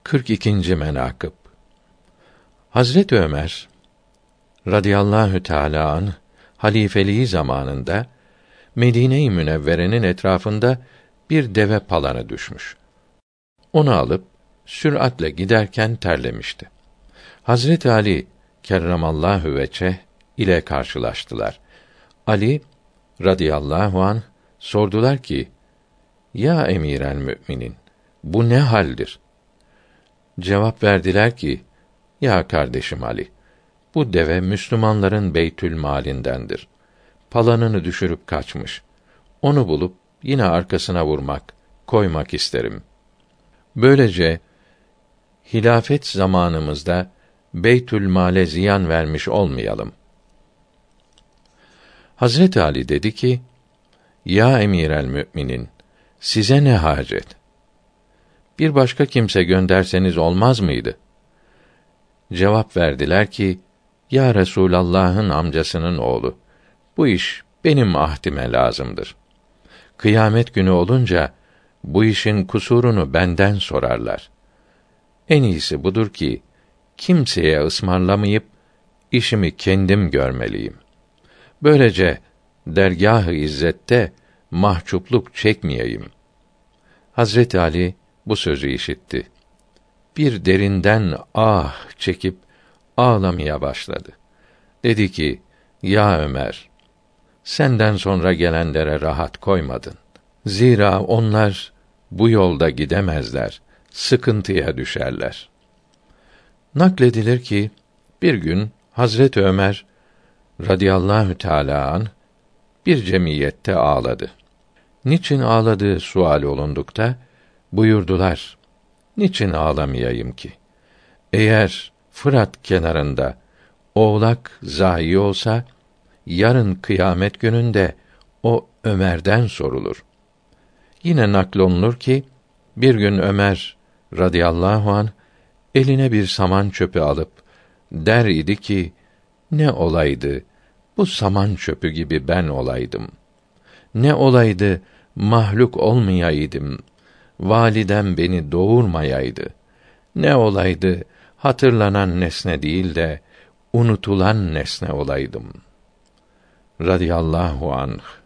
42. menakıb. Hazret Ömer radıyallahu teâlâ anh halifeliği zamanında Medine-i Münevvere'nin etrafında bir deve palanı düşmüş. Onu alıp süratle giderken terlemişti. Hazret Ali kerramallahu veçeh ile karşılaştılar. Ali radıyallahu anh sordular ki: "Ya emîrel müminin, bu ne haldir?" Cevap verdiler ki: "Ya kardeşim Ali, bu deve Müslümanların beytülmalindendir. Palanını düşürüp kaçmış. Onu bulup yine arkasına vurmak, koymak isterim. Böylece hilafet zamanımızda beytülmale ziyan vermiş olmayalım." Hazret Ali dedi ki: "Ya emîrel müminin, size ne hacet? Bir başka kimse gönderseniz olmaz mıydı?" Cevap verdiler ki: "Ya Resûlallah'ın amcasının oğlu, bu iş benim ahdime lazımdır. Kıyamet günü olunca bu işin kusurunu benden sorarlar. En iyisi budur ki kimseye ısmarlamayıp işimi kendim görmeliyim. Böylece dergâh-ı izzette mahcupluk çekmeyeyim." Hazreti Ali bu sözü işitti. Bir derinden ah çekip ağlamaya başladı. Dedi ki: "Ya Ömer, senden sonra gelenlere rahat koymadın. Zira onlar bu yolda gidemezler, sıkıntıya düşerler." Nakledilir ki bir gün Hazret Ömer radıyallahu teâlâ anh bir cemiyette ağladı. Niçin ağladığı sual olundukta buyurdular: "Niçin ağlamayayım ki? Eğer Fırat kenarında oğlak zayi olsa, yarın kıyamet gününde o Ömer'den sorulur." Yine naklolunur ki bir gün Ömer radıyallahu anh eline bir saman çöpü alıp der idi ki: "Ne olaydı bu saman çöpü gibi ben olaydım. Ne olaydı mahluk olmayaydım, validem beni doğurmayaydı. Ne olaydı hatırlanan nesne değil de unutulan nesne olaydım." Radıyallahu anh.